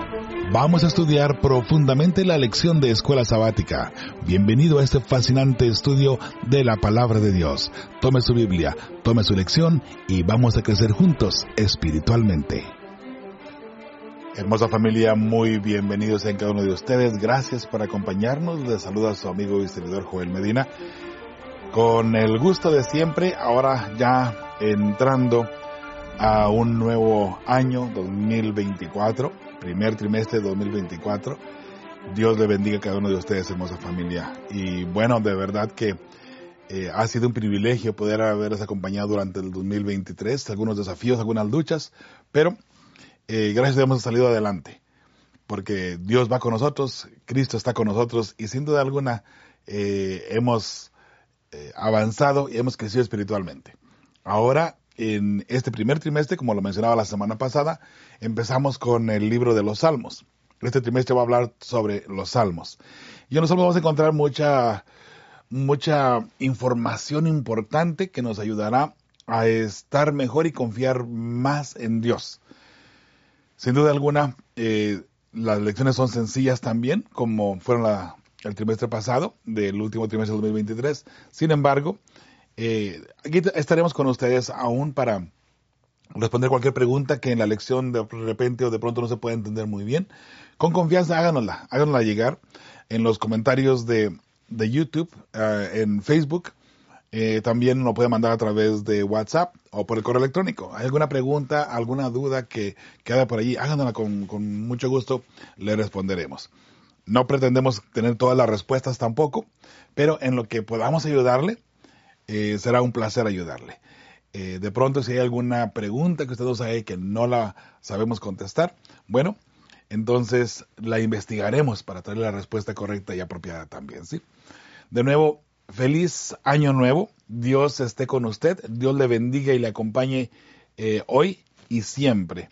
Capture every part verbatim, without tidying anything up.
Vamos a estudiar profundamente la lección de Escuela Sabática. Bienvenido a este fascinante estudio de la Palabra de Dios. Tome su Biblia, tome su lección y vamos a crecer juntos espiritualmente. Hermosa familia, muy bienvenidos en cada uno de ustedes. Gracias por acompañarnos. Les saluda su amigo y servidor Joel Medina. Con el gusto de siempre, ahora ya entrando a un nuevo año, dos mil veinticuatro, primer trimestre de dos mil veinticuatro. Dios le bendiga a cada uno de ustedes, hermosa familia. Y bueno, de verdad que eh, ha sido un privilegio poder haberles acompañado durante el dos mil veintitrés, algunos desafíos, algunas luchas, pero eh, gracias a Dios hemos salido adelante, porque Dios va con nosotros, Cristo está con nosotros y sin duda alguna eh, hemos eh, avanzado y hemos crecido espiritualmente. Ahora, en este primer trimestre, como lo mencionaba la semana pasada, empezamos con el libro de los Salmos. Este trimestre va a hablar sobre los Salmos. Y en los Salmos vamos a encontrar mucha, mucha información importante que nos ayudará a estar mejor y confiar más en Dios. Sin duda alguna, eh, las lecciones son sencillas también, como fueron la, el trimestre pasado, del último trimestre de dos mil veintitrés. Sin embargo, Eh, aquí estaremos con ustedes aún para responder cualquier pregunta que en la lección de repente o de pronto no se pueda entender muy bien. Con confianza háganosla, háganosla llegar en los comentarios de, de YouTube, uh, en Facebook. Eh, también lo puede mandar a través de WhatsApp o por el correo electrónico. ¿Hay alguna pregunta, alguna duda que queda por allí? Háganosla con, con mucho gusto, le responderemos. No pretendemos tener todas las respuestas tampoco, pero en lo que podamos ayudarle, Eh, será un placer ayudarle. Eh, de pronto, si hay alguna pregunta que usted nos haga que no la sabemos contestar, bueno, entonces la investigaremos para traer la respuesta correcta y apropiada también, ¿sí? De nuevo, feliz año nuevo. Dios esté con usted. Dios le bendiga y le acompañe eh, hoy y siempre.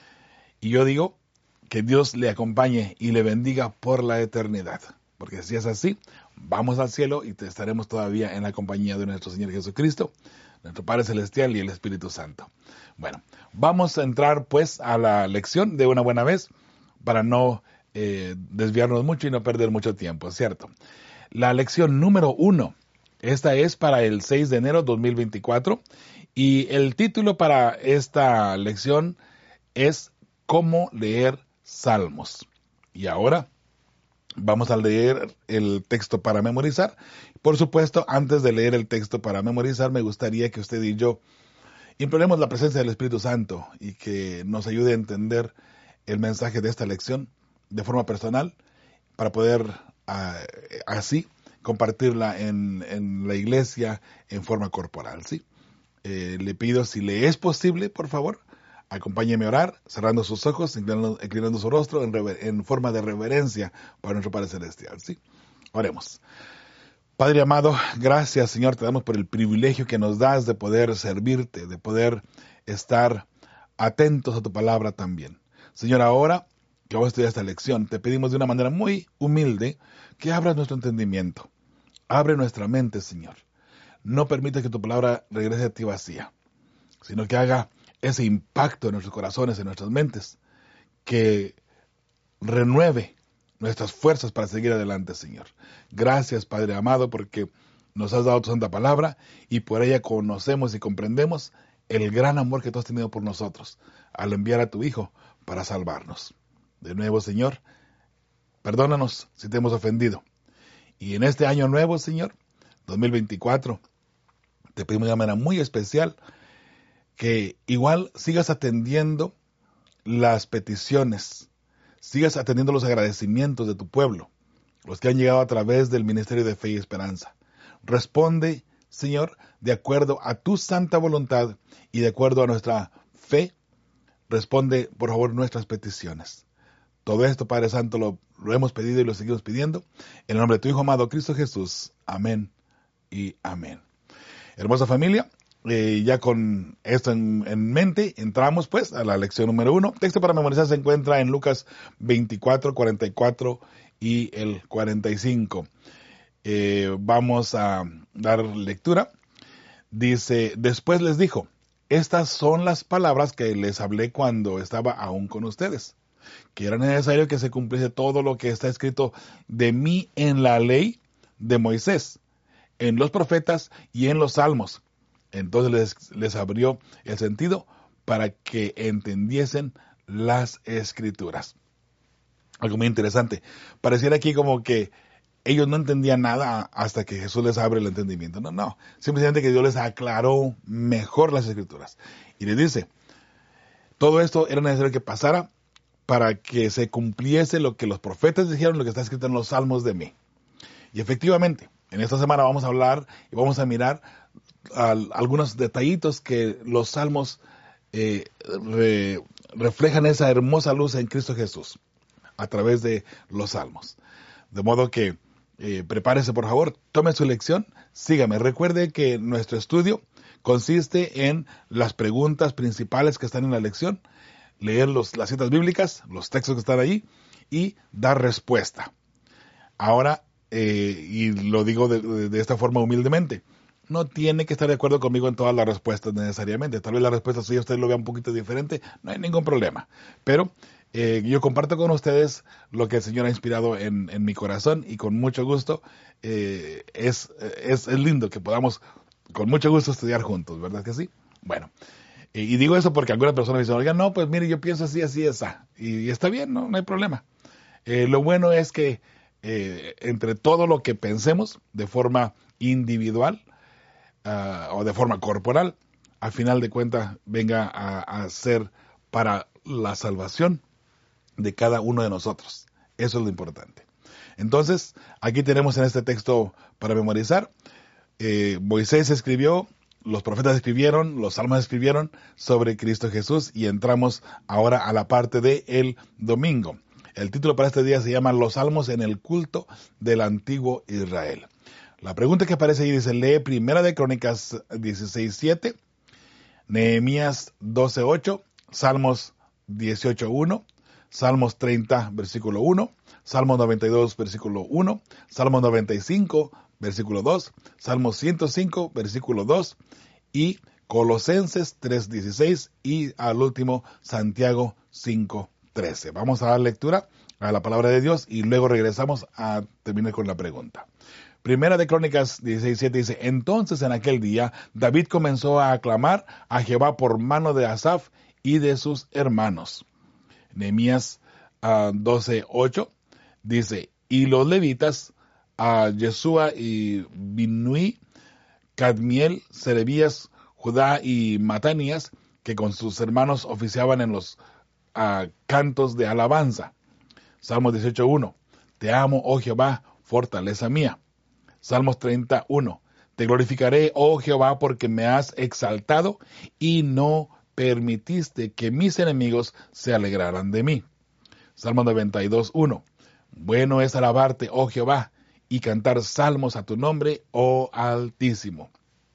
Y yo digo que Dios le acompañe y le bendiga por la eternidad. Porque si es así, vamos al cielo y te estaremos todavía en la compañía de nuestro Señor Jesucristo, nuestro Padre Celestial y el Espíritu Santo. Bueno, vamos a entrar pues a la lección de una buena vez para no eh, desviarnos mucho y no perder mucho tiempo, ¿cierto? La lección número uno, esta es para el seis de enero de dos mil veinticuatro y el título para esta lección es ¿Cómo leer Salmos? Y ahora vamos a leer el texto para memorizar. Por supuesto, antes de leer el texto para memorizar, me gustaría que usted y yo imploremos la presencia del Espíritu Santo y que nos ayude a entender el mensaje de esta lección de forma personal para poder uh, así compartirla en, en la iglesia en forma corporal, ¿sí? Eh, le pido, si le es posible, por favor, acompáñeme a orar, cerrando sus ojos, inclinando, inclinando su rostro en, rever, en forma de reverencia para nuestro Padre Celestial, ¿sí? Oremos. Padre amado, gracias, Señor, te damos por el privilegio que nos das de poder servirte, de poder estar atentos a tu palabra también. Señor, ahora que vamos a estudiar esta lección, te pedimos de una manera muy humilde que abras nuestro entendimiento. Abre nuestra mente, Señor. No permite que tu palabra regrese a ti vacía, sino que haga ese impacto en nuestros corazones, en nuestras mentes, que renueve nuestras fuerzas para seguir adelante, Señor. Gracias, Padre amado, porque nos has dado tu santa palabra y por ella conocemos y comprendemos el gran amor que tú has tenido por nosotros al enviar a tu Hijo para salvarnos. De nuevo, Señor, perdónanos si te hemos ofendido. Y en este año nuevo, Señor, dos mil veinticuatro, te pedimos de una manera muy especial que igual sigas atendiendo las peticiones, sigas atendiendo los agradecimientos de tu pueblo, los que han llegado a través del Ministerio de Fe y Esperanza. Responde, Señor, de acuerdo a tu santa voluntad y de acuerdo a nuestra fe, responde, por favor, nuestras peticiones. Todo esto, Padre Santo, lo, lo hemos pedido y lo seguimos pidiendo. En el nombre de tu Hijo amado, Cristo Jesús. Amén y amén. Hermosa familia, Eh, ya con esto en, en mente, entramos pues a la lección número uno. Texto para memorizar se encuentra en Lucas veinticuatro, cuarenta y cuatro y el cuarenta y cinco. Eh, vamos a dar lectura. Dice, después les dijo, estas son las palabras que les hablé cuando estaba aún con ustedes. que era necesario que se cumpliese todo lo que está escrito de mí en la ley de Moisés, en los profetas y en los salmos. Entonces les, les abrió el sentido para que entendiesen las escrituras. Algo muy interesante. Pareciera aquí como que ellos no entendían nada hasta que Jesús les abre el entendimiento. No, no. Simplemente que Dios les aclaró mejor las escrituras. Y les dice, todo esto era necesario que pasara para que se cumpliese lo que los profetas dijeron, lo que está escrito en los salmos de mí. Y efectivamente, en esta semana vamos a hablar y vamos a mirar al, algunos detallitos que los salmos eh, re, reflejan esa hermosa luz en Cristo Jesús a través de los salmos. De modo que eh, prepárese por favor, tome su lección, sígame. Recuerde que nuestro estudio consiste en las preguntas principales que están en la lección, leer los, las citas bíblicas, los textos que están ahí y dar respuesta. Ahora, eh, y lo digo de, de, de esta forma humildemente, no tiene que estar de acuerdo conmigo en todas las respuestas necesariamente. Tal vez la respuesta suya usted lo vea un poquito diferente, no hay ningún problema. Pero eh, yo comparto con ustedes lo que el Señor ha inspirado en, en mi corazón y con mucho gusto eh, es, es, es lindo que podamos con mucho gusto estudiar juntos, ¿verdad que sí? Bueno, eh, y digo eso porque algunas personas dicen, oigan, no, pues mire, yo pienso así, así, esa. Y, y está bien, no, no hay problema. Eh, lo bueno es que eh, entre todo lo que pensemos de forma individual, Uh, o de forma corporal, al final de cuentas venga a, a ser para la salvación de cada uno de nosotros. Eso es lo importante. Entonces, aquí tenemos en este texto para memorizar, eh, Moisés escribió, los profetas escribieron, los salmos escribieron sobre Cristo Jesús y entramos ahora a la parte de el domingo. El título para este día se llama Los salmos en el culto del antiguo Israel. La pregunta que aparece ahí dice, lee Primera de Crónicas dieciséis siete, Nehemías doce ocho, Salmos dieciocho uno, Salmos treinta, versículo uno, Salmos noventa y dos, versículo uno, Salmos noventa y cinco, versículo dos, Salmos ciento cinco, versículo dos, y Colosenses tres dieciséis, y al último Santiago cinco trece. Vamos a dar lectura a la palabra de Dios y luego regresamos a terminar con la pregunta. Primera de Crónicas dieciséis siete dice, entonces en aquel día David comenzó a aclamar a Jehová por mano de Asaf y de sus hermanos. Nehemías uh, doce ocho dice, y los levitas, a uh, Yeshua y Binui, Cadmiel, Serebías, Judá y Matanías, que con sus hermanos oficiaban en los uh, cantos de alabanza. Salmos dieciocho uno, te amo, oh Jehová, fortaleza mía. Salmos treinta y uno. Te glorificaré, oh Jehová, porque me has exaltado y no permitiste que mis enemigos se alegraran de mí. Salmos noventa y dos uno. Bueno es alabarte, oh Jehová, y cantar salmos a tu nombre, oh Altísimo.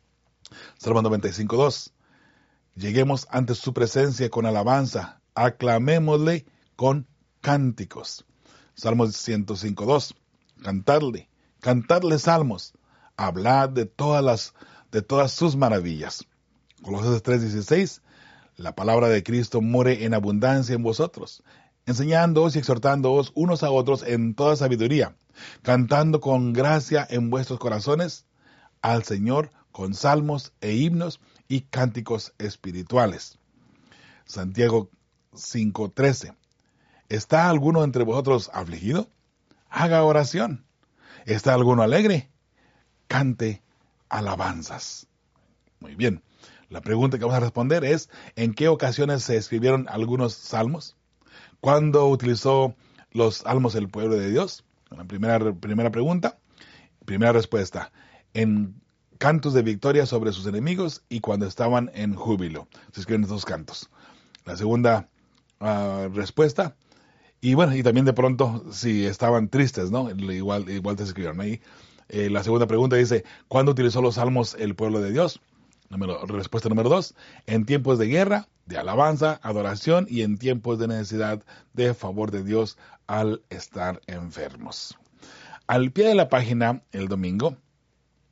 Salmos noventa y cinco dos. Lleguemos ante su presencia con alabanza, aclamémosle con cánticos. Salmos ciento cinco dos. Cantadle. Cantadle salmos, hablad de todas las, de todas sus maravillas. Colosenses tres dieciséis, la palabra de Cristo more en abundancia en vosotros, enseñándoos y exhortándoos unos a otros en toda sabiduría, cantando con gracia en vuestros corazones al Señor con salmos e himnos y cánticos espirituales. Santiago cinco trece, ¿está alguno entre vosotros afligido? Haga oración. ¿Está alguno alegre? Cante alabanzas. Muy bien. La pregunta que vamos a responder es, ¿en qué ocasiones se escribieron algunos salmos? ¿Cuándo utilizó los salmos el pueblo de Dios? La primera, primera pregunta. Primera respuesta. En cantos de victoria sobre sus enemigos y cuando estaban en júbilo. Se escriben estos cantos. La segunda uh, respuesta. Y bueno, y también de pronto, si estaban tristes, ¿no? Igual, igual te escribieron ahí. Eh, la segunda pregunta dice, ¿cuándo utilizó los salmos el pueblo de Dios? Número, respuesta número dos, en tiempos de guerra, de alabanza, adoración y en tiempos de necesidad de favor de Dios al estar enfermos. Al pie de la página, el domingo,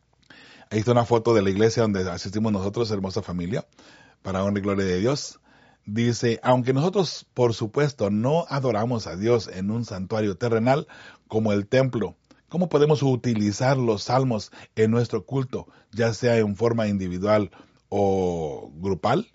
ahí está una foto de la iglesia donde asistimos nosotros, hermosa familia, para honra y gloria de Dios. Dice, aunque nosotros, por supuesto, no adoramos a Dios en un santuario terrenal como el templo, ¿cómo podemos utilizar los salmos en nuestro culto, ya sea en forma individual o grupal?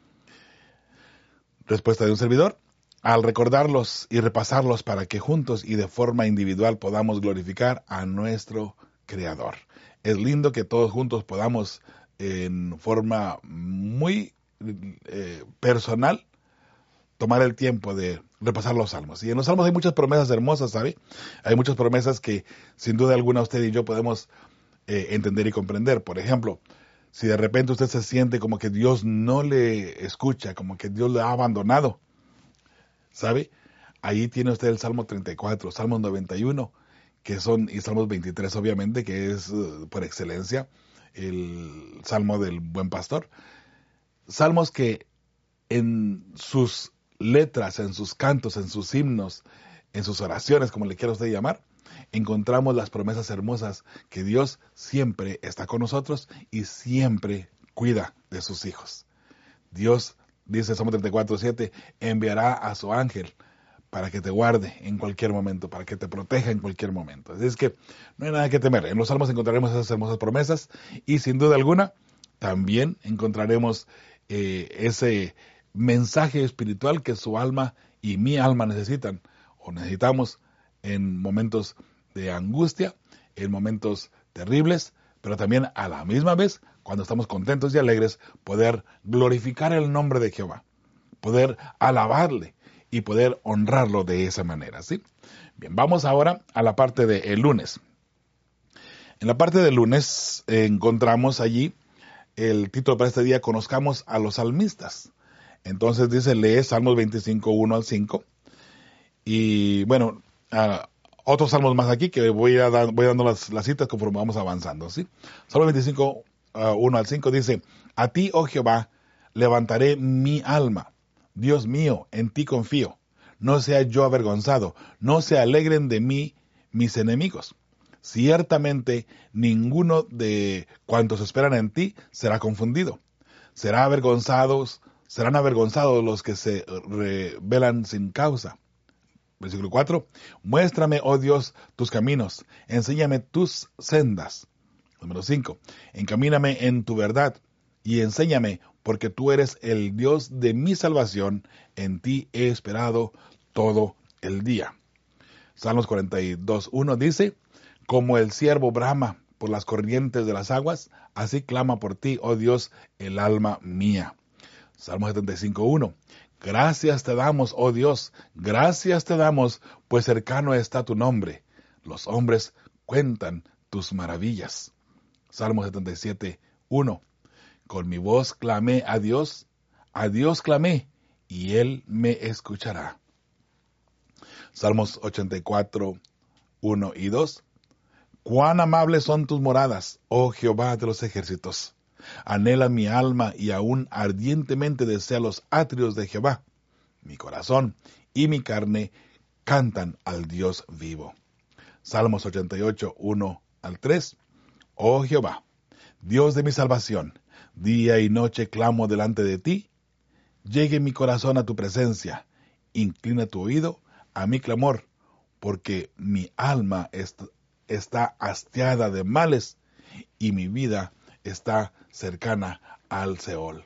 Respuesta de un servidor. Al recordarlos y repasarlos para que juntos y de forma individual podamos glorificar a nuestro Creador. Es lindo que todos juntos podamos, en forma muy eh, personal, tomar el tiempo de repasar los salmos. Y en los salmos hay muchas promesas hermosas, ¿sabe? Hay muchas promesas que sin duda alguna usted y yo podemos eh, entender y comprender. Por ejemplo, si de repente usted se siente como que Dios no le escucha, como que Dios le ha abandonado, ¿sabe? Ahí tiene usted el Salmo treinta y cuatro, Salmos noventa y uno, que son, y Salmos veintitrés obviamente, que es uh, por excelencia el Salmo del Buen Pastor. Salmos que en sus letras, en sus cantos, en sus himnos, en sus oraciones, como le quiera usted llamar, encontramos las promesas hermosas que Dios siempre está con nosotros y siempre cuida de sus hijos. Dios, dice Salmo treinta y cuatro, siete, enviará a su ángel para que te guarde en cualquier momento, para que te proteja en cualquier momento. Así es que no hay nada que temer. En los salmos encontraremos esas hermosas promesas y sin duda alguna también encontraremos eh, ese mensaje espiritual que su alma y mi alma necesitan o necesitamos en momentos de angustia, en momentos terribles, pero también a la misma vez, cuando estamos contentos y alegres, poder glorificar el nombre de Jehová, poder alabarle y poder honrarlo de esa manera, ¿sí? Bien, vamos ahora a la parte del lunes. En la parte del lunes eh, encontramos allí el título para este día, Conozcamos a los salmistas. Entonces dice, lee Salmos veinticinco, uno al cinco. Y bueno, uh, otros salmos más aquí que voy, a dar, voy dando las, las citas conforme vamos avanzando, ¿sí? Salmo veinticinco, uh, uno al cinco dice, a ti, oh Jehová, levantaré mi alma. Dios mío, en ti confío. No sea yo avergonzado, no se alegren de mí mis enemigos. Ciertamente ninguno de cuantos esperan en ti será confundido. Será avergonzados, serán avergonzados los que se rebelan sin causa. Versículo cuatro. Muéstrame, oh Dios, tus caminos, enséñame tus sendas. Número cinco. Encamíname en tu verdad y enséñame, porque tú eres el Dios de mi salvación, en ti he esperado todo el día. Salmos cuarenta y dos, uno dice, como el ciervo brama por las corrientes de las aguas, así clama por ti, oh Dios, el alma mía. Salmo setenta y cinco, uno. Gracias te damos, oh Dios, gracias te damos, pues cercano está tu nombre. Los hombres cuentan tus maravillas. Salmo setenta y siete, uno. Con mi voz clamé a Dios, a Dios clamé, y Él me escuchará. Salmos ochenta y cuatro, uno y dos. Cuán amables son tus moradas, oh Jehová de los ejércitos. Anhela mi alma y aún ardientemente desea los atrios de Jehová. Mi corazón y mi carne cantan al Dios vivo. Salmos ochenta y ocho, uno al tres. Oh Jehová, Dios de mi salvación, día y noche clamo delante de ti. Llegue mi corazón a tu presencia. Inclina tu oído a mi clamor, porque mi alma est- está hastiada de males y mi vida está cercana al Seol.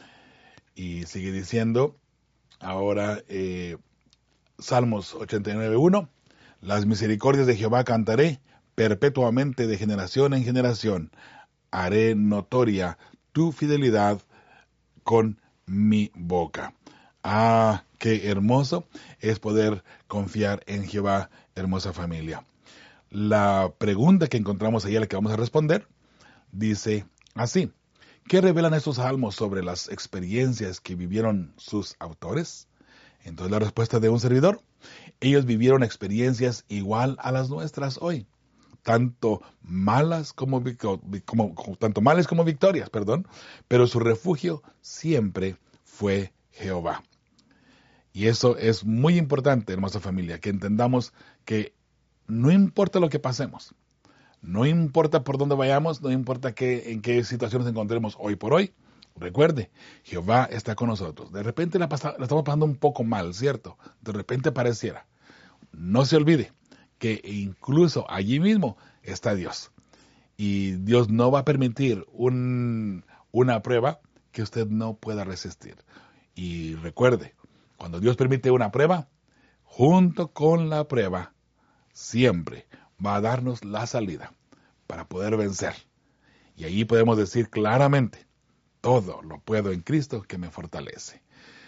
Y sigue diciendo, ahora eh, Salmos ochenta y nueve, uno. Las misericordias de Jehová cantaré perpetuamente de generación en generación. Haré notoria tu fidelidad con mi boca. Ah, qué hermoso es poder confiar en Jehová, hermosa familia. La pregunta que encontramos ahí, a la que vamos a responder, dice así: ¿qué revelan estos salmos sobre las experiencias que vivieron sus autores? Entonces la respuesta de un servidor: ellos vivieron experiencias igual a las nuestras hoy, tanto malas como, como, como tanto males como victorias, perdón, pero su refugio siempre fue Jehová. Y eso es muy importante, hermosa familia, que entendamos que no importa lo que pasemos, no importa por dónde vayamos, no importa qué, en qué situación nos encontremos hoy por hoy, Recuerde, Jehová está con nosotros. De repente la, pasa, la estamos pasando un poco mal, ¿cierto? De repente pareciera. No se olvide que incluso allí mismo está Dios. Y Dios no va a permitir un, una prueba que usted no pueda resistir. Y recuerde, cuando Dios permite una prueba, junto con la prueba, siempre va a darnos la salida para poder vencer. Y allí podemos decir claramente, todo lo puedo en Cristo que me fortalece.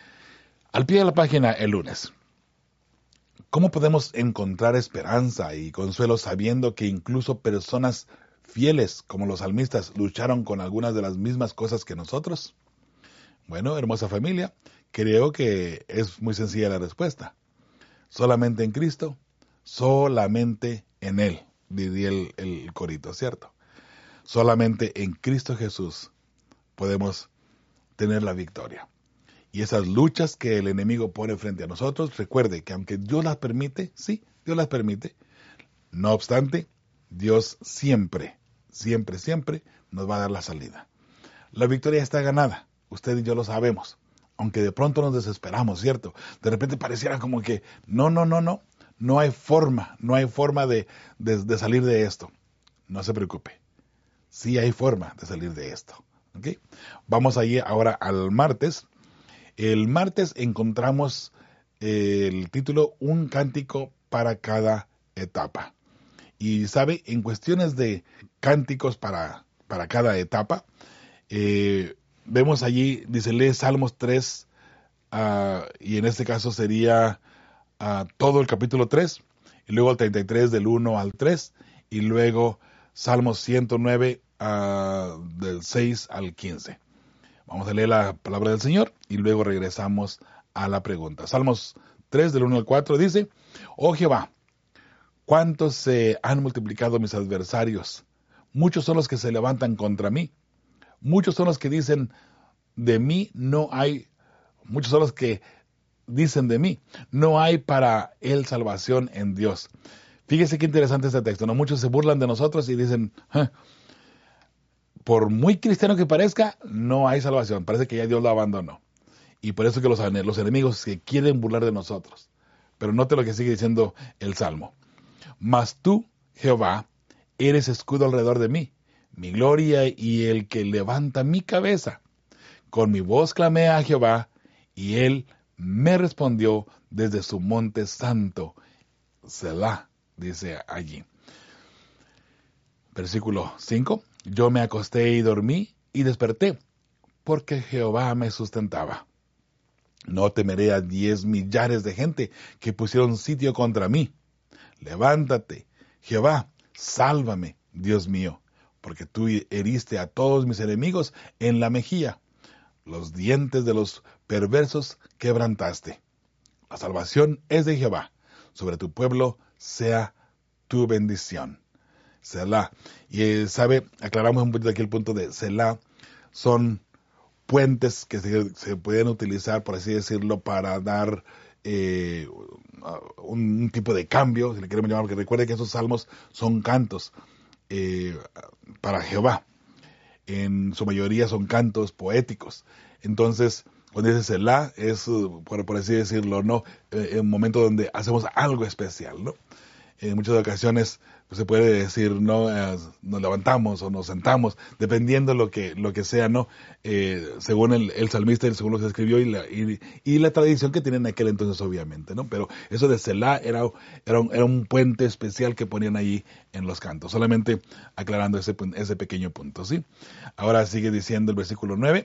Al pie de la página el lunes. ¿Cómo podemos encontrar esperanza y consuelo sabiendo que incluso personas fieles como los salmistas lucharon con algunas de las mismas cosas que nosotros? Bueno, hermosa familia, creo que es muy sencilla la respuesta. Solamente en Cristo, solamente en Él, diría el, el corito, ¿cierto? Solamente en Cristo Jesús podemos tener la victoria. Y esas luchas que el enemigo pone frente a nosotros, recuerde que aunque Dios las permite, sí, Dios las permite, no obstante, Dios siempre, siempre, siempre nos va a dar la salida. La victoria está ganada, usted y yo lo sabemos, aunque de pronto nos desesperamos, ¿cierto? De repente pareciera como que, no, no, no, no, no hay forma, no hay forma de, de, de salir de esto. No se preocupe, sí hay forma de salir de esto. ¿Okay? Vamos allí ahora al martes. El martes encontramos eh, el título Un cántico para cada etapa. Y sabe, en cuestiones de cánticos para, para cada etapa, eh, vemos allí, dice, lee Salmos tres, uh, y en este caso sería uh, todo el capítulo tres, y luego el treinta y tres del uno al tres, y luego Salmos ciento nueve, uh, del seis al quince. Vamos a leer la palabra del Señor y luego regresamos a la pregunta. Salmos tres, del uno al cuatro, dice, oh Jehová, cuántos se han multiplicado mis adversarios. Muchos son los que se levantan contra mí. Muchos son los que dicen, de mí no hay, muchos son los que dicen de mí, no hay para él salvación en Dios. Fíjese qué interesante este texto, ¿no? Muchos se burlan de nosotros y dicen, eh, por muy cristiano que parezca, no hay salvación. Parece que ya Dios lo abandonó. Y por eso que los, los enemigos se quieren burlar de nosotros. Pero note lo que sigue diciendo el Salmo. Mas tú, Jehová, eres escudo alrededor de mí, mi gloria y el que levanta mi cabeza. Con mi voz clamé a Jehová, y él me respondió desde su monte santo. Selah, dice allí. Versículo cinco. Yo me acosté y dormí y desperté, porque Jehová me sustentaba. No temeré a diez millares de gente que pusieron sitio contra mí. Levántate, Jehová, sálvame, Dios mío, porque tú heriste a todos mis enemigos en la mejilla. Los dientes de los perversos quebrantaste. La salvación es de Jehová. Sobre tu pueblo sea tu bendición. Selah. Y eh, sabe, aclaramos un poquito aquí el punto de Selah. Son puentes que se, se pueden utilizar, por así decirlo, para dar eh, un, un tipo de cambio, si le queremos llamar, porque recuerde que esos salmos son cantos eh, para Jehová. En su mayoría son cantos poéticos. Entonces, cuando dice Selah, es, por, por así decirlo, ¿no? Eh, un momento donde hacemos algo especial, ¿no? En muchas ocasiones pues, se puede decir, ¿no? Eh, nos levantamos o nos sentamos, dependiendo lo que lo que sea, ¿no? Eh, según el, el salmista y según lo que se escribió y la, y, y la tradición que tienen en aquel entonces, obviamente, ¿no? Pero eso de Selah era, era, un, era un puente especial que ponían ahí en los cantos. Solamente aclarando ese, ese pequeño punto, ¿sí? Ahora sigue diciendo el versículo nueve.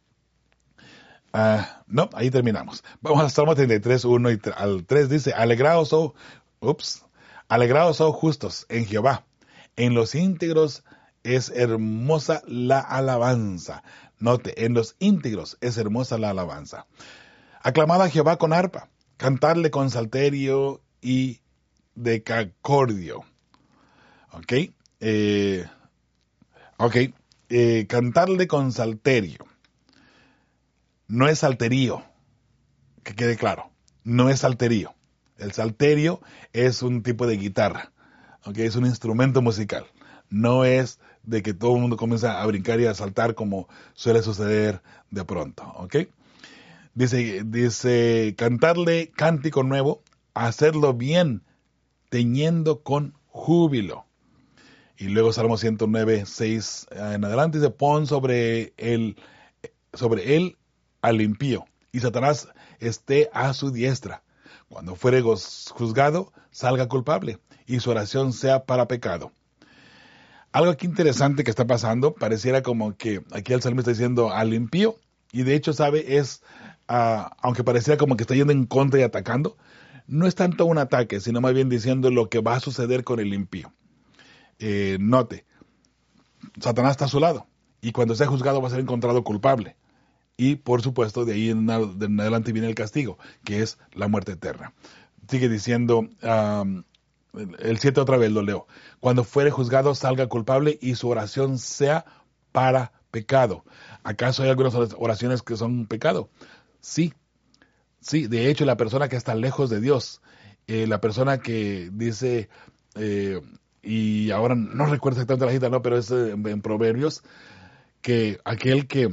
Uh, no, ahí terminamos. Vamos al Salmo treinta y tres, uno y al tres, dice, alegraos, oh, ups, alegraos, oh justos, en Jehová. En los íntegros es hermosa la alabanza. Note, en los íntegros es hermosa la alabanza. Aclamad a Jehová con arpa, cantarle con salterio y decacordio. Ok, eh, ok, eh, cantarle con salterio. No es salterío, que quede claro, no es salterío. El salterio es un tipo de guitarra, okay, es un instrumento musical. No es de que todo el mundo comienza a brincar y a saltar como suele suceder de pronto, ¿ok? Dice, dice, cantarle cántico nuevo, hacerlo bien, teñendo con júbilo. Y luego Salmo ciento nueve, seis en adelante dice, pon sobre él, sobre él al impío, y Satanás esté a su diestra. Cuando fuere juzgado, salga culpable, y su oración sea para pecado. Algo aquí interesante que está pasando, pareciera como que aquí el salmista está diciendo al impío, y de hecho, sabe, es, uh, aunque pareciera como que está yendo en contra y atacando, no es tanto un ataque, sino más bien diciendo lo que va a suceder con el impío. Eh, note, Satanás está a su lado, y cuando sea juzgado va a ser encontrado culpable. Y por supuesto, de ahí en adelante viene el castigo, que es la muerte eterna. Sigue diciendo, um, el siete otra vez lo leo. Cuando fuere juzgado, salga culpable y su oración sea para pecado. ¿Acaso hay algunas oraciones que son pecado? Sí, sí. De hecho, la persona que está lejos de Dios, eh, la persona que dice, eh, y ahora no recuerdo exactamente la cita, no, pero es en, en Proverbios, que aquel que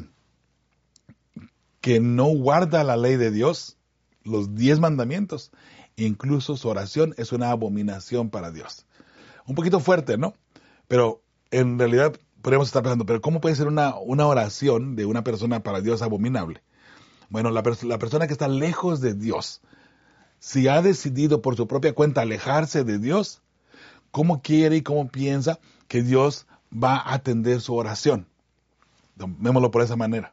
que no guarda la ley de Dios, los diez mandamientos, incluso su oración es una abominación para Dios. Un poquito fuerte, ¿no? Pero en realidad podríamos estar pensando, ¿pero cómo puede ser una, una oración de una persona para Dios abominable? Bueno, la, la persona que está lejos de Dios, si ha decidido por su propia cuenta alejarse de Dios, ¿cómo quiere y cómo piensa que Dios va a atender su oración? Vémoslo por esa manera.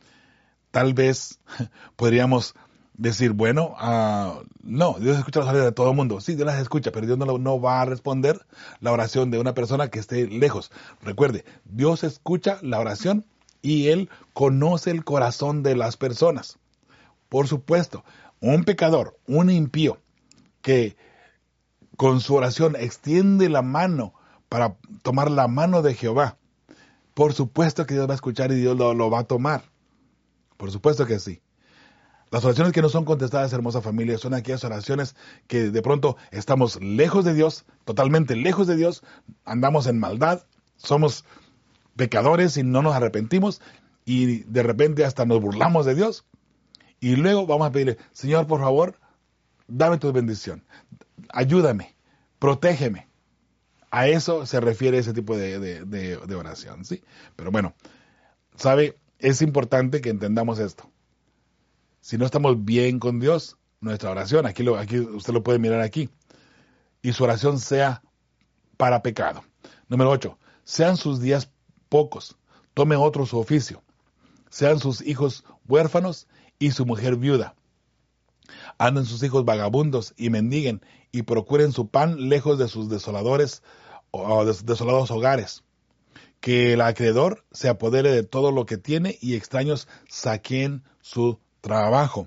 Tal vez podríamos decir, bueno, uh, no, Dios escucha las oraciones de todo el mundo. Sí, Dios las escucha, pero Dios no, no va a responder la oración de una persona que esté lejos. Recuerde, Dios escucha la oración y Él conoce el corazón de las personas. Por supuesto, un pecador, un impío, que con su oración extiende la mano para tomar la mano de Jehová, por supuesto que Dios va a escuchar y Dios lo, lo va a tomar. Por supuesto que sí. Las oraciones que no son contestadas, hermosa familia, son aquellas oraciones que de pronto estamos lejos de Dios, totalmente lejos de Dios, andamos en maldad, somos pecadores y no nos arrepentimos y de repente hasta nos burlamos de Dios y luego vamos a pedirle, Señor, por favor, dame tu bendición, ayúdame, protégeme. A eso se refiere ese tipo de, de, de, de oración, ¿sí? Pero bueno, ¿sabe? Es importante que entendamos esto. Si no estamos bien con Dios, nuestra oración, aquí, lo, aquí usted lo puede mirar aquí, y su oración sea para pecado. Número ocho, sean sus días pocos, tome otro su oficio, sean sus hijos huérfanos y su mujer viuda. Anden sus hijos vagabundos y mendiguen y procuren su pan lejos de sus desoladores o desolados hogares. Que el acreedor se apodere de todo lo que tiene y extraños saquen su trabajo.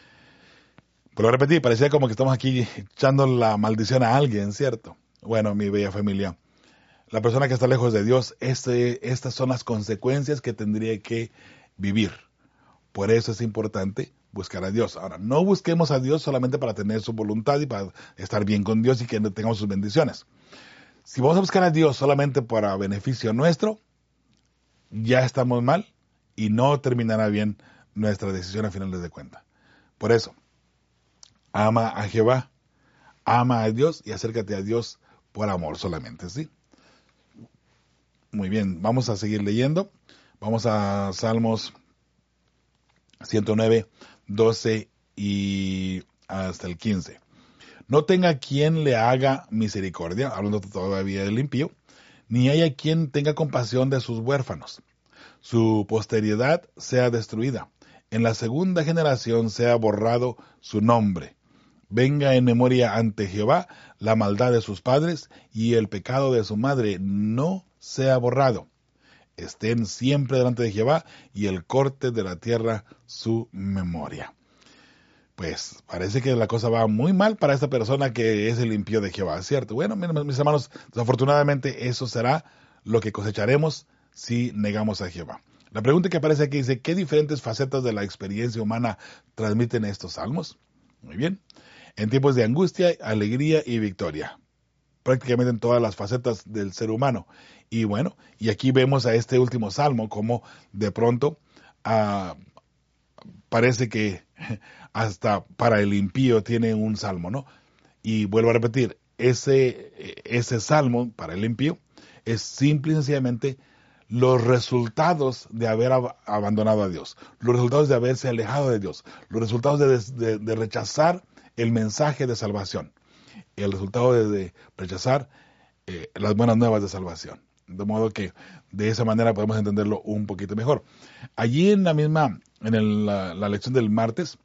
Pero repetir, parecía como que estamos aquí echando la maldición a alguien, ¿cierto? Bueno, mi bella familia, la persona que está lejos de Dios, este, estas son las consecuencias que tendría que vivir. Por eso es importante buscar a Dios. Ahora, no busquemos a Dios solamente para tener su voluntad y para estar bien con Dios y que tengamos sus bendiciones. Si vamos a buscar a Dios solamente para beneficio nuestro, ya estamos mal y no terminará bien nuestra decisión a finales de cuenta. Por eso, ama a Jehová, ama a Dios y acércate a Dios por amor solamente, ¿sí? Muy bien, vamos a seguir leyendo. Vamos a Salmos ciento nueve, doce y hasta el quince. No tenga quien le haga misericordia, hablando todavía del impío, ni haya quien tenga compasión de sus huérfanos. Su posteridad sea destruida. En la segunda generación sea borrado su nombre. Venga en memoria ante Jehová la maldad de sus padres y el pecado de su madre no sea borrado. Estén siempre delante de Jehová y el corte de la tierra su memoria. Pues parece que la cosa va muy mal para esta persona que es el impío de Jehová, ¿cierto? Bueno, mis hermanos, desafortunadamente eso será lo que cosecharemos si negamos a Jehová. La pregunta que aparece aquí dice, ¿qué diferentes facetas de la experiencia humana transmiten estos salmos? Muy bien. En tiempos de angustia, alegría y victoria. prácticamente en todas las facetas del ser humano. Y bueno, y aquí vemos a este último salmo como de pronto uh, parece que hasta para el impío tiene un salmo, ¿no? Y vuelvo a repetir, ese, ese salmo para el impío es simple y sencillamente los resultados de haber ab- abandonado a Dios, los resultados de haberse alejado de Dios, los resultados de, de, de rechazar el mensaje de salvación, el resultado de, de rechazar eh, las buenas nuevas de salvación. De modo que de esa manera podemos entenderlo un poquito mejor. Allí en la misma, en el, la, la lección del martes,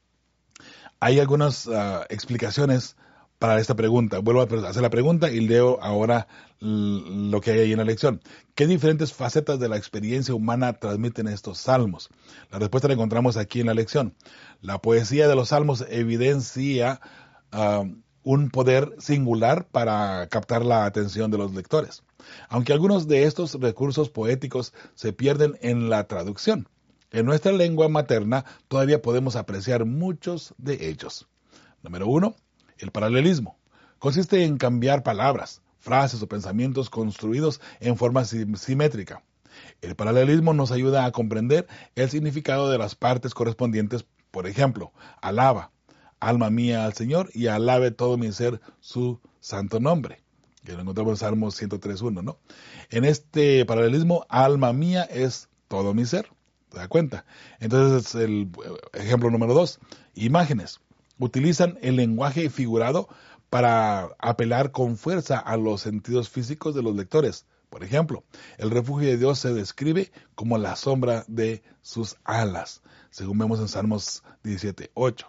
hay algunas uh, explicaciones para esta pregunta. Vuelvo a hacer la pregunta y leo ahora l- lo que hay ahí en la lección. ¿Qué diferentes facetas de la experiencia humana transmiten estos salmos? La respuesta la encontramos aquí en la lección. La poesía de los salmos evidencia uh, un poder singular para captar la atención de los lectores, aunque algunos de estos recursos poéticos se pierden en la traducción. En nuestra lengua materna todavía podemos apreciar muchos de ellos. Número uno, el paralelismo. Consiste en cambiar palabras, frases o pensamientos construidos en forma sim- simétrica. El paralelismo nos ayuda a comprender el significado de las partes correspondientes. Por ejemplo, alaba, alma mía al Señor, y alabe todo mi ser su santo nombre, que lo encontramos en Salmos ciento tres uno, ¿no? En este paralelismo, alma mía es todo mi ser. ¿Te das cuenta? Entonces, el ejemplo número dos, imágenes. Utilizan el lenguaje figurado para apelar con fuerza a los sentidos físicos de los lectores. Por ejemplo, el refugio de Dios se describe como la sombra de sus alas, según vemos en Salmos diecisiete ocho.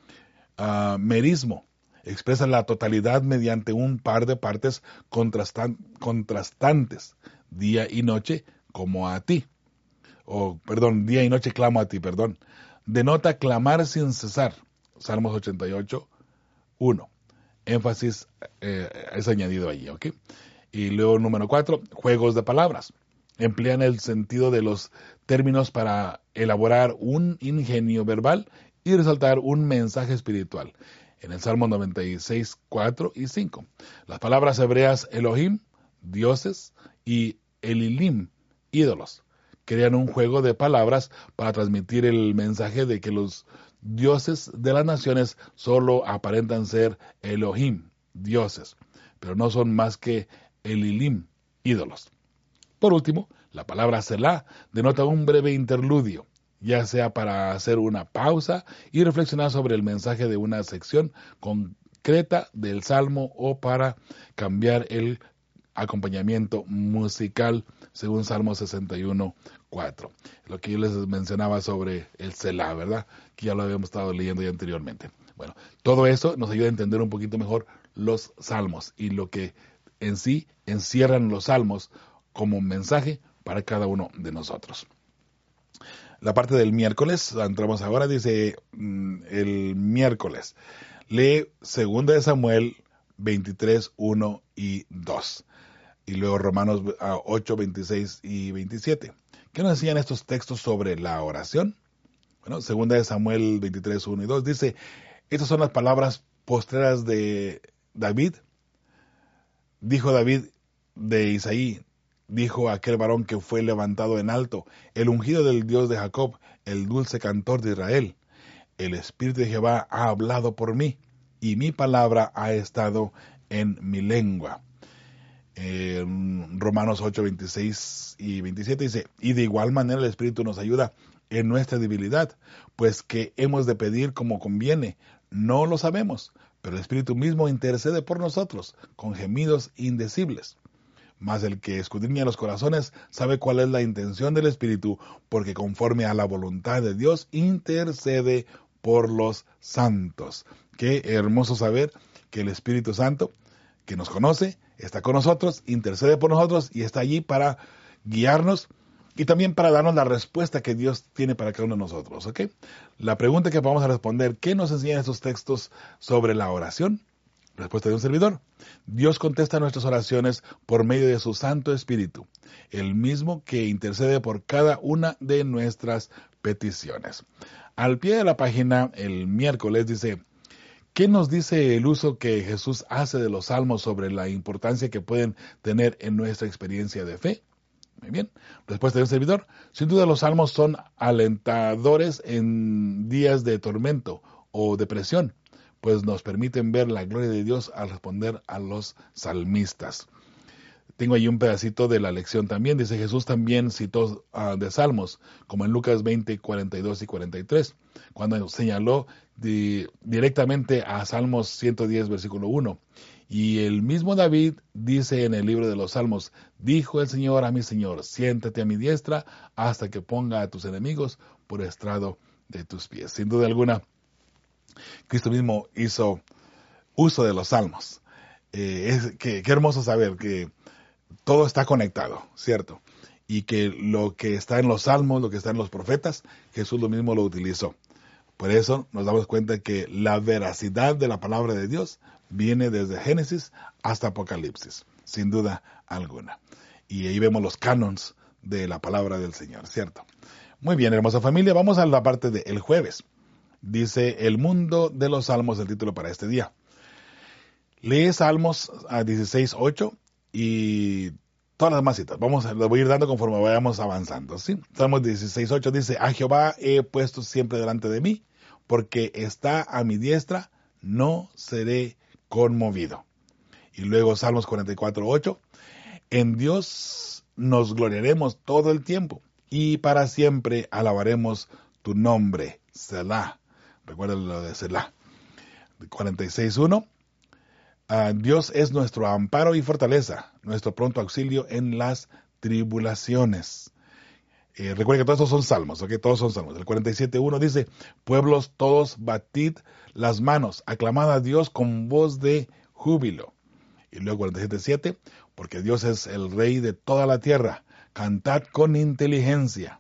Uh, merismo. Expresa la totalidad mediante un par de partes contrastan- contrastantes, día y noche, como a ti. O, perdón, día y noche clamo a ti, perdón. Denota clamar sin cesar. Salmos ochenta y ocho, uno. Énfasis eh, es añadido allí, ¿ok? Y luego número cuatro, juegos de palabras. Emplean el sentido de los términos para elaborar un ingenio verbal y resaltar un mensaje espiritual. En el Salmo noventa y seis, cuatro y cinco. Las palabras hebreas Elohim, dioses, y Elilim, ídolos, crean un juego de palabras para transmitir el mensaje de que los dioses de las naciones solo aparentan ser Elohim, dioses, pero no son más que Elilim, ídolos. Por último, la palabra Selah denota un breve interludio, ya sea para hacer una pausa y reflexionar sobre el mensaje de una sección concreta del Salmo o para cambiar el acompañamiento musical, según Salmo sesenta y uno, cuatro. Lo que yo les mencionaba sobre el Selah, ¿verdad? Que ya lo habíamos estado leyendo ya anteriormente. Bueno, todo eso nos ayuda a entender un poquito mejor los salmos y lo que en sí encierran los salmos como mensaje para cada uno de nosotros. La parte del miércoles, entramos ahora, dice mm, el miércoles. Lee segunda de Samuel veintitrés, uno y dos. Y luego Romanos ocho, veintiséis y veintisiete. ¿Qué nos enseñan estos textos sobre la oración? Bueno, segunda de Samuel veintitrés, uno y dos dice, estas son las palabras postreras de David. Dijo David de Isaí, dijo aquel varón que fue levantado en alto, el ungido del Dios de Jacob, el dulce cantor de Israel. El Espíritu de Jehová ha hablado por mí, y mi palabra ha estado en mi lengua. Eh, Romanos ocho, veintiséis y veintisiete dice, y de igual manera el Espíritu nos ayuda en nuestra debilidad, pues que hemos de pedir como conviene, no lo sabemos, pero el Espíritu mismo intercede por nosotros con gemidos indecibles. Mas el que escudriña los corazones sabe cuál es la intención del Espíritu, porque conforme a la voluntad de Dios intercede por los santos. Qué hermoso saber que el Espíritu Santo, que nos conoce, está con nosotros, intercede por nosotros y está allí para guiarnos y también para darnos la respuesta que Dios tiene para cada uno de nosotros, ¿ok? La pregunta que vamos a responder, ¿qué nos enseñan estos textos sobre la oración? Respuesta de un servidor. Dios contesta nuestras oraciones por medio de su Santo Espíritu, el mismo que intercede por cada una de nuestras peticiones. Al pie de la página, el miércoles dice, ¿Qué nos dice el uso que Jesús hace de los salmos sobre la importancia que pueden tener en nuestra experiencia de fe? Muy bien, respuesta de un servidor. Sin duda los salmos son alentadores en días de tormento o depresión, pues nos permiten ver la gloria de Dios al responder a los salmistas. Tengo ahí un pedacito de la lección también. Dice, Jesús también citó uh, de salmos, como en Lucas veinte, cuarenta y dos y cuarenta y tres, cuando señaló di, directamente a Salmos ciento diez, versículo uno. Y el mismo David dice en el libro de los Salmos, dijo el Señor a mi Señor, siéntate a mi diestra hasta que ponga a tus enemigos por estrado de tus pies. Sin duda alguna, Cristo mismo hizo uso de los salmos. Eh, es, que, qué hermoso saber que todo está conectado, ¿cierto? Y que lo que está en los salmos, lo que está en los profetas, Jesús lo mismo lo utilizó. Por eso nos damos cuenta que la veracidad de la palabra de Dios viene desde Génesis hasta Apocalipsis, sin duda alguna. Y ahí vemos los canons de la palabra del Señor, ¿cierto? Muy bien, hermosa familia, vamos a la parte del jueves. Dice, el mundo de los salmos, el título para este día. Lee Salmos a dieciséis, ocho y todas las demás citas. Vamos, las voy a ir dando conforme vayamos avanzando, ¿sí? Salmos dieciséis, ocho dice, a Jehová he puesto siempre delante de mí, porque está a mi diestra, no seré conmovido. Y luego Salmos cuarenta y cuatro, ocho, en Dios nos gloriaremos todo el tiempo, y para siempre alabaremos tu nombre, Selah. Recuerda lo de Selah. cuarenta y seis, uno, Uh, Dios es nuestro amparo y fortaleza, nuestro pronto auxilio en las tribulaciones. Eh, recuerden que todos estos son salmos, ¿ok? Todos son salmos. El cuarenta y siete, uno dice, pueblos todos batid las manos, aclamad a Dios con voz de júbilo. Y luego cuarenta y siete, siete, porque Dios es el rey de toda la tierra, cantad con inteligencia.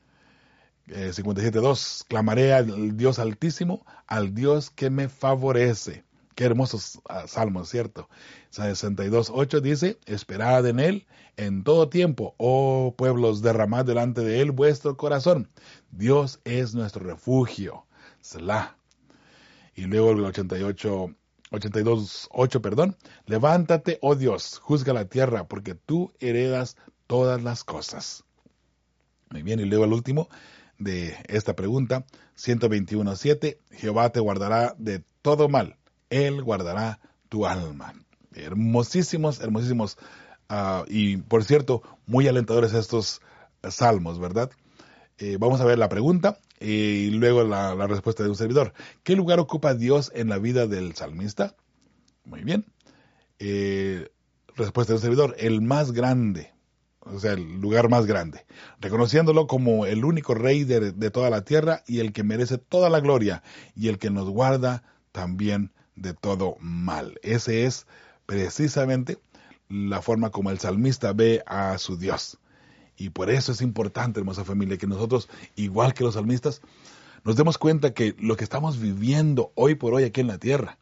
Eh, cincuenta y siete, dos, clamaré al Dios altísimo, al Dios que me favorece. Qué hermosos uh, salmos, ¿cierto? sesenta y dos, ocho dice, esperad en él en todo tiempo, oh pueblos, derramad delante de él vuestro corazón. Dios es nuestro refugio. Selah. Y luego el ochenta y ocho, ochenta y dos, ocho, perdón, levántate, oh Dios, juzga la tierra, porque tú heredas todas las cosas. Muy bien, y luego el último de esta pregunta, ciento veintiuno, siete, Jehová te guardará de todo mal. Él guardará tu alma. Hermosísimos, hermosísimos. Uh, y por cierto, muy alentadores estos uh, salmos, ¿verdad? Eh, vamos a ver la pregunta eh, y luego la, la respuesta de un servidor. ¿Qué lugar ocupa Dios en la vida del salmista? Muy bien. Eh, respuesta de un servidor. El más grande. O sea, el lugar más grande. Reconociéndolo como el único rey de, de toda la tierra y el que merece toda la gloria y el que nos guarda también de todo mal. Ese es precisamente la forma como el salmista ve a su Dios. Y por eso es importante, hermosa familia, que nosotros, igual que los salmistas, nos demos cuenta que lo que estamos viviendo hoy por hoy aquí en la tierra,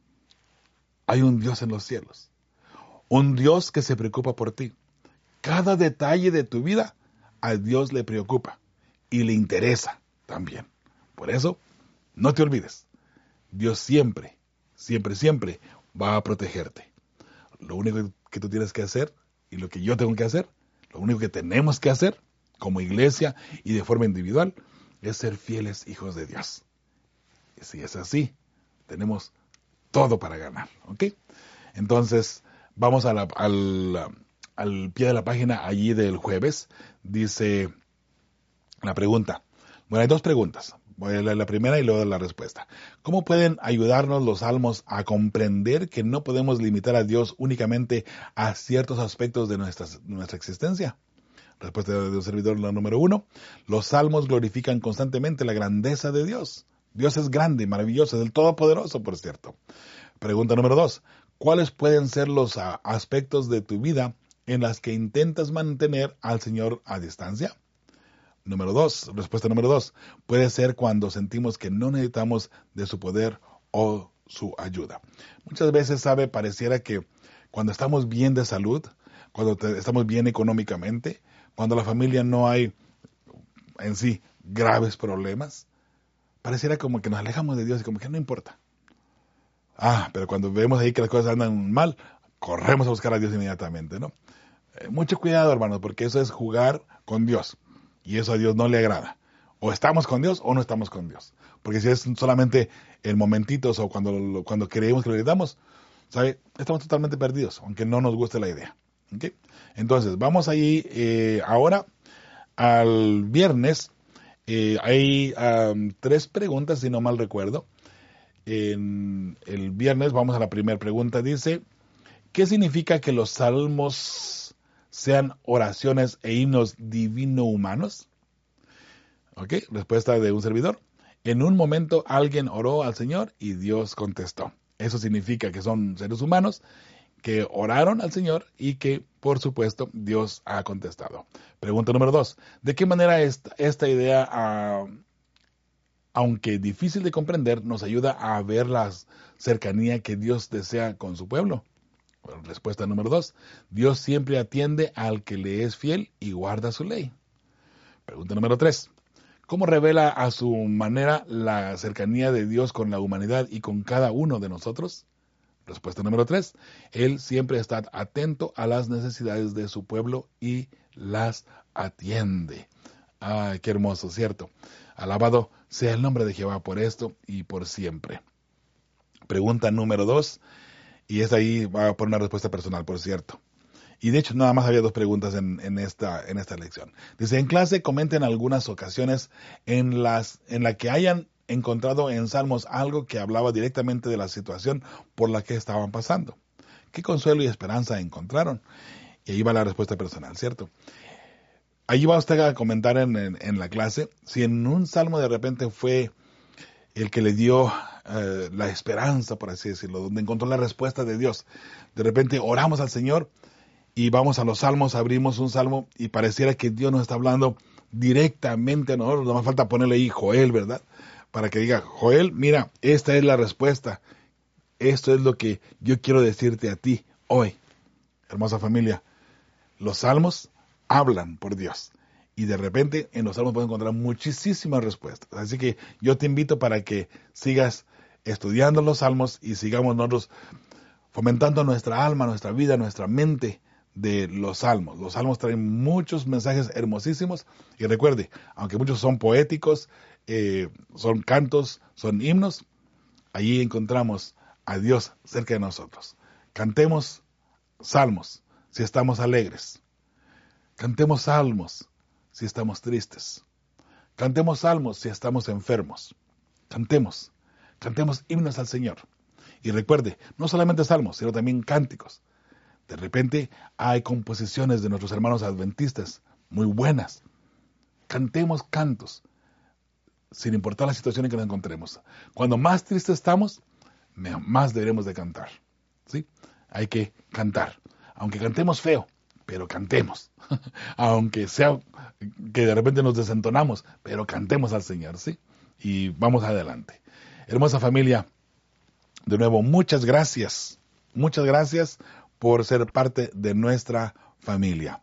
hay un Dios en los cielos. Un Dios que se preocupa por ti. Cada detalle de tu vida a Dios le preocupa y le interesa también. Por eso, no te olvides. Dios siempre Siempre, siempre va a protegerte. Lo único que tú tienes que hacer y lo que yo tengo que hacer, lo único que tenemos que hacer como iglesia y de forma individual es ser fieles hijos de Dios. Y si es así, tenemos todo para ganar, ¿ok? Entonces, vamos a la, al, al pie de la página allí del jueves. Dice la pregunta. Bueno, hay dos preguntas. Voy a leer la primera y luego la respuesta. ¿Cómo pueden ayudarnos los salmos a comprender que no podemos limitar a Dios únicamente a ciertos aspectos de nuestra, nuestra existencia? Respuesta de un servidor, la número uno. Los salmos glorifican constantemente la grandeza de Dios. Dios es grande, maravilloso, es el Todopoderoso, por cierto. Pregunta número dos. ¿Cuáles pueden ser los a, aspectos de tu vida en las que intentas mantener al Señor a distancia? Número dos, respuesta número dos, puede ser cuando sentimos que no necesitamos de su poder o su ayuda. Muchas veces, sabe, pareciera que cuando estamos bien de salud, cuando te, estamos bien económicamente, cuando la familia no hay en sí graves problemas, pareciera como que nos alejamos de Dios y como que no importa. Ah, pero cuando vemos ahí que las cosas andan mal, corremos a buscar a Dios inmediatamente, ¿no? Eh, mucho cuidado, hermanos, porque eso es jugar con Dios. Y eso a Dios no le agrada. O estamos con Dios o no estamos con Dios. Porque si es solamente en momentitos o cuando, cuando creemos que lo necesitamos, ¿sabe? Estamos totalmente perdidos, aunque no nos guste la idea. ¿Okay? Entonces, vamos ahí eh, ahora al viernes. Eh, hay um, tres preguntas, si no mal recuerdo. En el viernes vamos a la primera pregunta. Dice, ¿qué significa que los salmos sean oraciones e himnos divino-humanos? Ok, respuesta de un servidor. En un momento alguien oró al Señor y Dios contestó. Eso significa que son seres humanos que oraron al Señor y que, por supuesto, Dios ha contestado. Pregunta número dos. ¿De qué manera esta, esta idea, uh, aunque difícil de comprender, nos ayuda a ver la cercanía que Dios desea con su pueblo? Bueno, respuesta número dos. Dios siempre atiende al que le es fiel y guarda su ley. Pregunta número tres. ¿Cómo revela a su manera la cercanía de Dios con la humanidad y con cada uno de nosotros? Respuesta número tres. Él siempre está atento a las necesidades de su pueblo y las atiende. ¡Ay, qué hermoso!, ¿cierto? Alabado sea el nombre de Jehová por esto y por siempre. Pregunta número dos. Y esta ahí va a poner una respuesta personal, por cierto. Y de hecho, nada más había dos preguntas en, en, esta, en esta lección. Dice, en clase comenten algunas ocasiones en las en la que hayan encontrado en Salmos algo que hablaba directamente de la situación por la que estaban pasando. ¿Qué consuelo y esperanza encontraron? Y ahí va la respuesta personal, ¿cierto? Ahí va usted a comentar en, en, en la clase si en un salmo de repente fue el que le dio eh, la esperanza, por así decirlo, donde encontró la respuesta de Dios. De repente oramos al Señor y vamos a los salmos, abrimos un salmo y pareciera que Dios nos está hablando directamente a nosotros. No más falta ponerle ahí Joel, ¿verdad? Para que diga, Joel, mira, esta es la respuesta. Esto es lo que yo quiero decirte a ti hoy. Hermosa familia, los salmos hablan por Dios. Y de repente en los salmos puedes encontrar muchísimas respuestas. Así que yo te invito para que sigas estudiando los salmos y sigamos nosotros fomentando nuestra alma, nuestra vida, nuestra mente de los salmos. Los salmos traen muchos mensajes hermosísimos. Y recuerde, aunque muchos son poéticos, eh, son cantos, son himnos, allí encontramos a Dios cerca de nosotros. Cantemos salmos si estamos alegres. Cantemos salmos si estamos tristes. Cantemos salmos si estamos enfermos. Cantemos, cantemos himnos al Señor. Y recuerde, no solamente salmos, sino también cánticos. De repente hay composiciones de nuestros hermanos adventistas muy buenas. Cantemos cantos, sin importar la situación en que nos encontremos. Cuando más tristes estamos, más deberemos de cantar. ¿Sí? Hay que cantar. Aunque cantemos feo, pero cantemos. Aunque sea que de repente nos desentonamos, pero cantemos al Señor, ¿sí? Y vamos adelante. Hermosa familia, de nuevo, muchas gracias. Muchas gracias por ser parte de nuestra familia.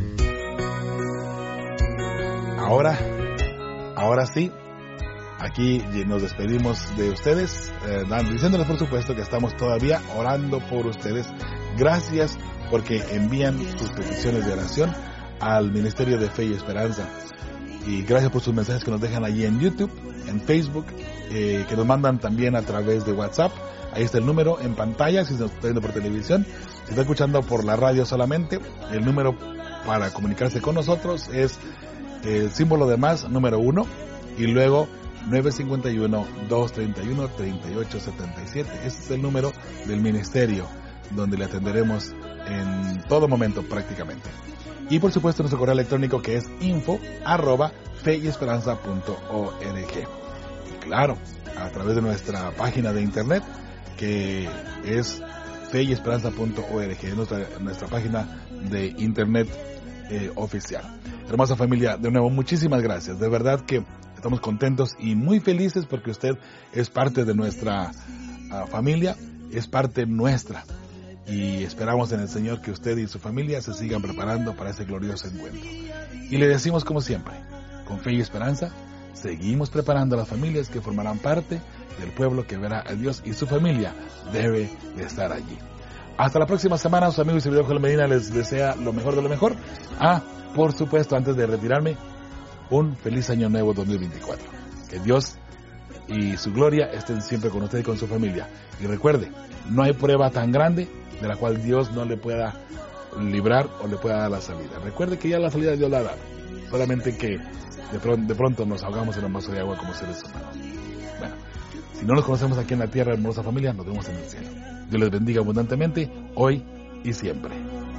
Ahora, ahora sí, aquí nos despedimos de ustedes, eh, diciéndoles por supuesto que estamos todavía orando por ustedes. Gracias porque envían sus peticiones de oración al Ministerio de Fe y Esperanza. Y gracias por sus mensajes que nos dejan allí en YouTube, en Facebook, eh, que nos mandan también a través de WhatsApp. Ahí está el número en pantalla, si nos está viendo por televisión. Si está escuchando por la radio solamente, el número para comunicarse con nosotros es el símbolo de más, número uno, y luego nueve cinco uno, dos tres uno, tres ocho siete siete. Ese es el número del ministerio, donde le atenderemos en todo momento prácticamente. Y por supuesto nuestro correo electrónico que es info arroba fe y esperanza punto org. Y claro, a través de nuestra página de internet que es fe y esperanza punto org, es nuestra, nuestra página de internet eh, oficial. Hermosa familia, de nuevo muchísimas gracias. De verdad que estamos contentos y muy felices porque usted es parte de nuestra uh, familia, es parte nuestra. Y esperamos en el Señor que usted y su familia se sigan preparando para ese glorioso encuentro. Y le decimos como siempre, con fe y esperanza, seguimos preparando a las familias que formarán parte del pueblo que verá a Dios, y su familia debe de estar allí. Hasta la próxima semana. Sus amigos y servidor Joel Medina les desea lo mejor de lo mejor. Ah, por supuesto, antes de retirarme, un feliz año nuevo dos mil veinticuatro. Que Dios y su gloria estén siempre con usted y con su familia. Y recuerde, no hay prueba tan grande de la cual Dios no le pueda librar o le pueda dar la salida. Recuerde que ya la salida Dios la da, solamente que de pronto, de pronto nos ahogamos en un vaso de agua como seres humanos. Bueno, si no nos conocemos aquí en la tierra, hermosa familia, nos vemos en el cielo. Dios les bendiga abundantemente, hoy y siempre.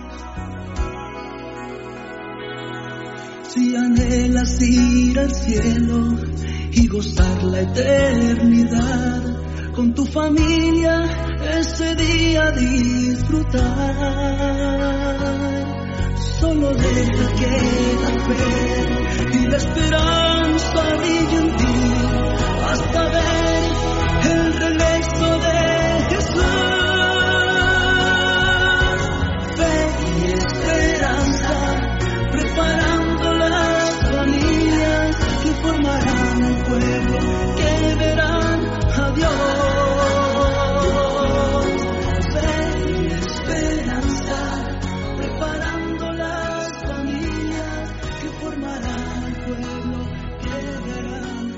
Si anhelas ir al cielo y gozar la eternidad, con tu familia ese día disfrutar, solo deja que la fe y la esperanza brillen en ti, hasta ver el regreso de Jesús. Fe y esperanza, preparando las familias que formarán un pueblo que verán a Dios. Fe y esperanza, preparando las familias que formarán un pueblo que verán